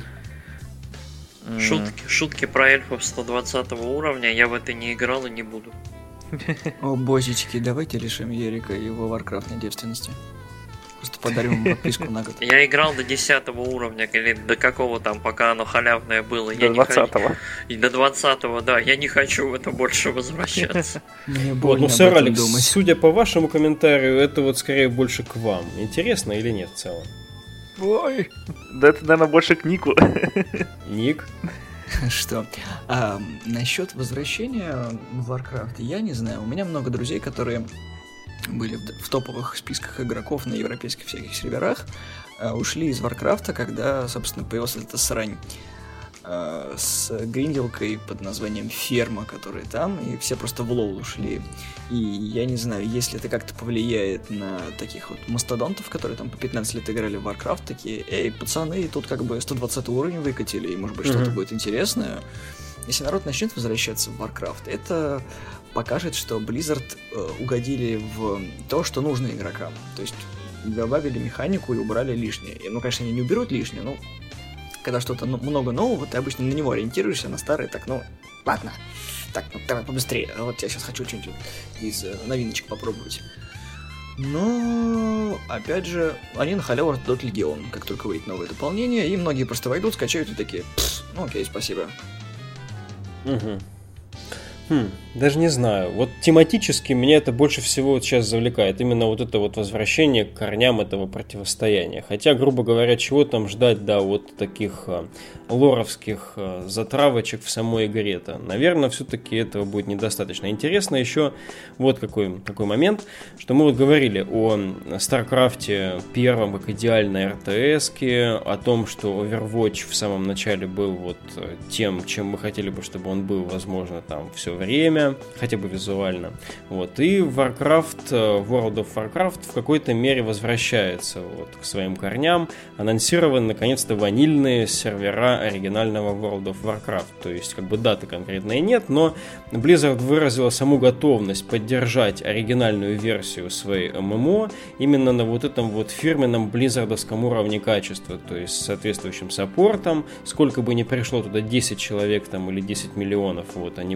Шутки про эльфов 120 уровня, я в это не играл и не буду.
О, божечки, давайте лишим Ерика его варкрафтной девственности. Просто подарим ему подписку на год.
Я играл до 10 уровня, или до какого там, пока оно халявное было.
До 20-го.
И до 20-го, да. Я не хочу в это больше возвращаться.
Мне больно
сэр Алекс, судя по вашему комментарию, это вот скорее больше к вам. Интересно или нет в целом?
Ой, да это, наверное, больше к Нику.
Ник?
Что? Насчет возвращения в Warcraft, я не знаю. У меня много друзей, которые были в топовых списках игроков на европейских всяких серверах, ушли из Варкрафта, когда, собственно, появилась эта срань с гринделкой под названием Ферма, которая там, и все просто в лол ушли. И я не знаю, если это как-то повлияет на таких вот мастодонтов, которые там по 15 лет играли в Warcraft, такие: эй, пацаны, тут как бы 120 уровень выкатили, и может быть что-то будет интересное. Если народ начнет возвращаться в Warcraft, это покажет, что Blizzard угодили в то, что нужно игрокам. То есть добавили механику и убрали лишнее. Ну, конечно, они не уберут лишнее, но когда что-то много нового, ты обычно на него ориентируешься, на старое, так, ну, ладно. Так, ну, давай побыстрее. Вот я сейчас хочу что-нибудь из новиночек попробовать. Но, опять же, они на халяву раздадут Легион, как только выйдет новое дополнение, и многие просто войдут, скачают и такие: ну окей, спасибо.
Угу. Даже не знаю. Вот тематически меня это больше всего вот сейчас завлекает. Именно вот это вот возвращение к корням этого противостояния. Хотя, грубо говоря, чего там ждать, да, вот таких лоровских затравочек в самой игре-то. Наверное, все-таки этого будет недостаточно. Интересно еще вот какой момент, что мы вот говорили о StarCraft первом как идеальной РТС-ке, о том, что Overwatch в самом начале был вот тем, чем мы хотели бы, чтобы он был, возможно, там все время, хотя бы визуально. Вот. И World of Warcraft в какой-то мере возвращается вот к своим корням. Анонсированы, наконец-то, ванильные сервера оригинального World of Warcraft. То есть, как бы даты конкретной нет, но Blizzard выразила саму готовность поддержать оригинальную версию своей ММО именно на вот этом вот фирменном близзардовском уровне качества, то есть с соответствующим саппортом. Сколько бы ни пришло туда 10 человек там или 10 миллионов, вот, они будут готовы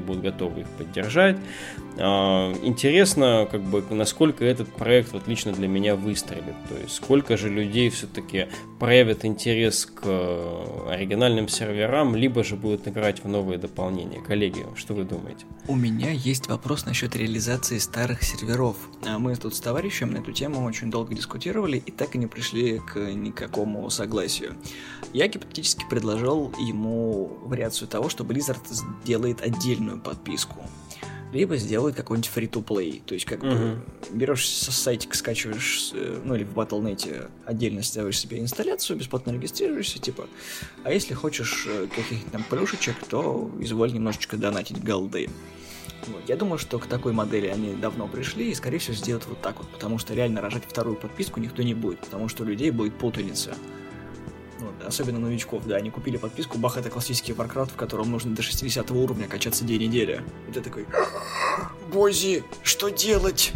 готовы их поддержать. Интересно, как бы, насколько этот проект вот лично для меня выстрелит. То есть, сколько же людей все-таки проявят интерес к оригинальным серверам, либо же будут играть в новые дополнения. Коллеги, что вы думаете?
У меня есть вопрос насчет реализации старых серверов. Мы тут с товарищем на эту тему очень долго дискутировали и так и не пришли к никакому согласию. Я гипотетически предложил ему вариацию того, что Blizzard сделает отдельную подписку. Либо сделает какой-нибудь free-to-play. То есть, как бы, берешь со сайтика, скачиваешь, ну, или в Battle.net отдельно ставишь себе инсталляцию, бесплатно регистрируешься, типа. А если хочешь каких-то там плюшечек, то изволь немножечко донатить голды. Вот. Я думаю, что к такой модели они давно пришли и, скорее всего, сделают вот так вот. Потому что реально рожать вторую подписку никто не будет. Потому что у людей будет путаница. Вот, особенно новичков, да, они купили подписку, бах, это классический Warcraft, в котором нужно до 60 уровня качаться день недели. И ты такой, Бози, что делать?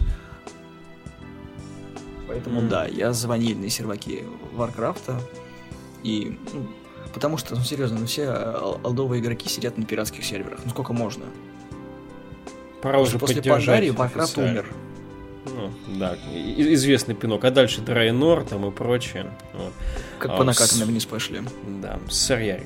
Поэтому, да, я за ванильные серваки Warcraft'а. И, ну, потому что, ну, серьезно, ну, все олдовые игроки сидят на пиратских серверах. Ну, сколько можно?
Пора уже
после Пандарии Warcraft умер.
Ну, да, известный пинок. А дальше Драйнор там и прочее. Вот.
Как по накатанной вниз пошли.
Да, сэр Ярик.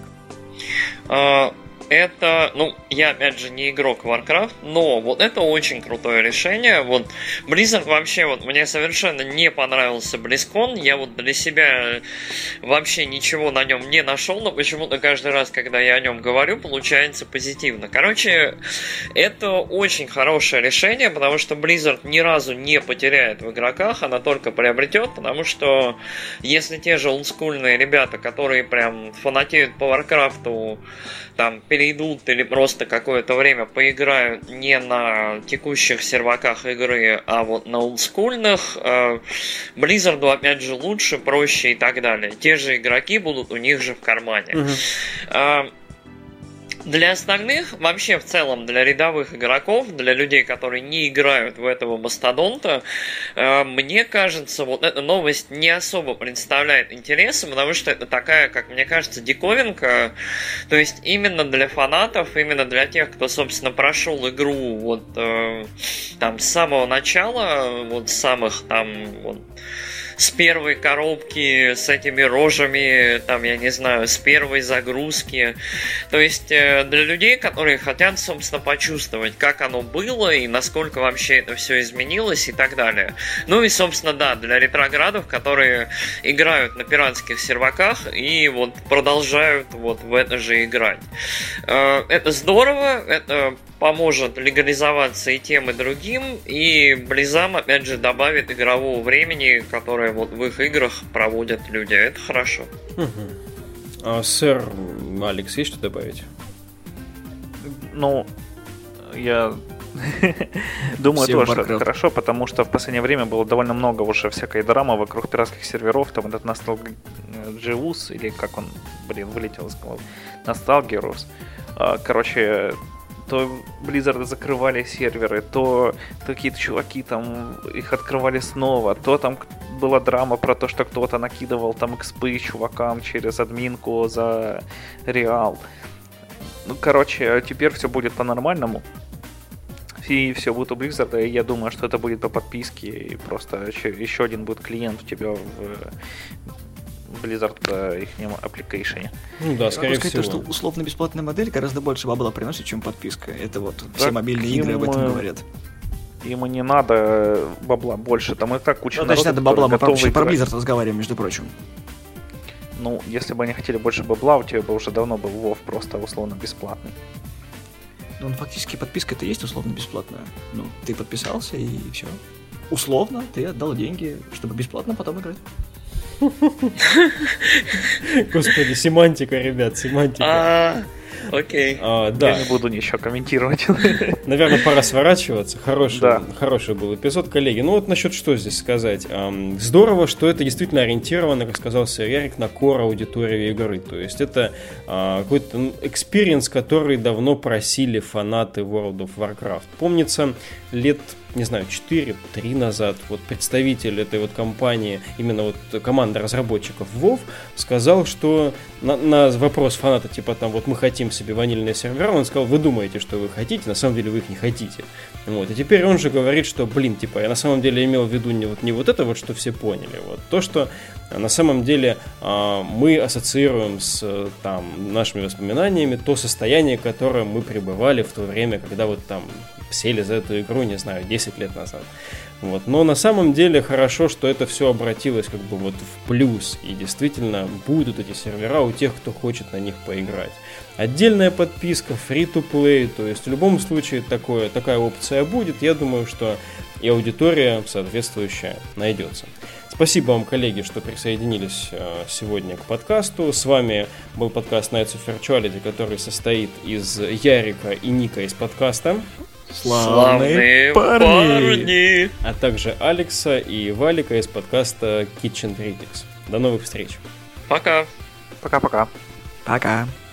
Это, ну, я опять же не игрок в Warcraft, но вот это очень крутое решение. Вот Blizzard вообще, вот мне совершенно не понравился BlizzCon. Я вот для себя вообще ничего на нем не нашел, но почему-то каждый раз, когда я о нем говорю, получается позитивно. Короче, это очень хорошее решение, потому что Blizzard ни разу не потеряет в игроках, она только приобретет, потому что если те же олдскульные ребята, которые прям фанатеют по Warcraft'у, там перейдут или просто какое-то время поиграют не на текущих серваках игры, а вот на олдскульных, Blizzard'у опять же лучше, проще и так далее. Те же игроки будут у них же в кармане. Для остальных, вообще в целом, для рядовых игроков, для людей, которые не играют в этого мастодонта, мне кажется, вот эта новость не особо представляет интереса, потому что это такая, как мне кажется, диковинка. То есть именно для фанатов, именно для тех, кто, собственно, прошел игру вот там с самого начала, вот с самых там вот с первой коробки, с этими рожами, там, я не знаю, с первой загрузки. То есть для людей, которые хотят, собственно, почувствовать, как оно было и насколько вообще это все изменилось и так далее. Ну и, собственно, да, для ретроградов, которые играют на пиратских серваках и вот продолжают вот в это же играть. Это здорово, это поможет легализоваться и тем, и другим, и Близзам, опять же, добавит игрового времени, которое вот в их играх проводят люди. Это хорошо.
Сэр Алекс, есть что добавить?
Ну, я думаю, тоже, что это хорошо, потому что в последнее время было довольно много уже всякой драмы вокруг пиратских серверов, там этот Носталгиус, или как он, вылетел из головы, Носталгиус. Короче, то Blizzard закрывали серверы, то какие-то чуваки там их открывали снова, то там была драма про то, что кто-то накидывал там экспы чувакам через админку за реал. Ну, короче, теперь все будет по-нормальному. И все будет у Blizzard, и я думаю, что это будет по подписке, и просто еще один будет клиент у тебя в Blizzard их аппликейшене.
Ну да, скорее всего.
Что условно-бесплатная модель гораздо больше бабла приносит, чем подписка. Это вот все мобильные игры об этом говорят.
Ему не надо бабла больше, там и так куча
народу, значит, надо бабла, мы про Blizzard разговариваем, между прочим.
Ну, если бы они хотели больше бабла, у тебя бы уже давно был WoW просто условно-бесплатный.
Ну, фактически подписка это есть условно-бесплатная. Ну, ты подписался и все. Условно ты отдал деньги, чтобы бесплатно потом играть.
Господи, семантика, ребят, семантика.
Окей.
Да. Я не буду ничего комментировать.
Наверное, пора сворачиваться. Хороший был эпизод, коллеги. Ну вот насчет что здесь сказать. Здорово, что это действительно ориентировано, как сказал сэр Ярик, на кор аудиторию игры. То есть это какой-то экспириенс, который давно просили фанаты World of Warcraft. Помнится, лет не знаю, 4-3 назад, вот представитель этой вот компании, именно вот команда разработчиков WoW, сказал, что на вопрос фаната, типа там, вот мы хотим себе ванильные сервера, он сказал, вы думаете, что вы хотите, на самом деле вы их не хотите. Вот. И теперь он же говорит, что, типа, я на самом деле имел в виду не вот это вот, что все поняли, вот, то, что на самом деле мы ассоциируем с там нашими воспоминаниями то состояние, в котором мы пребывали в то время, когда вот там сели за эту игру, не знаю, 10 лет назад. Вот. Но на самом деле хорошо, что это все обратилось как бы вот в плюс, и действительно будут эти сервера у тех, кто хочет на них поиграть. Отдельная подписка, free-to-play, то есть в любом случае такая опция будет, я думаю, что и аудитория соответствующая найдется. Спасибо вам, коллеги, что присоединились сегодня к подкасту. С вами был подкаст Nights of Virtuality, который состоит из Ярика и Ника из подкаста
Славные парни!
А также Алекса и Валика из подкаста Kitchen Critics. До новых встреч.
Пока.
Пока-пока.
Пока.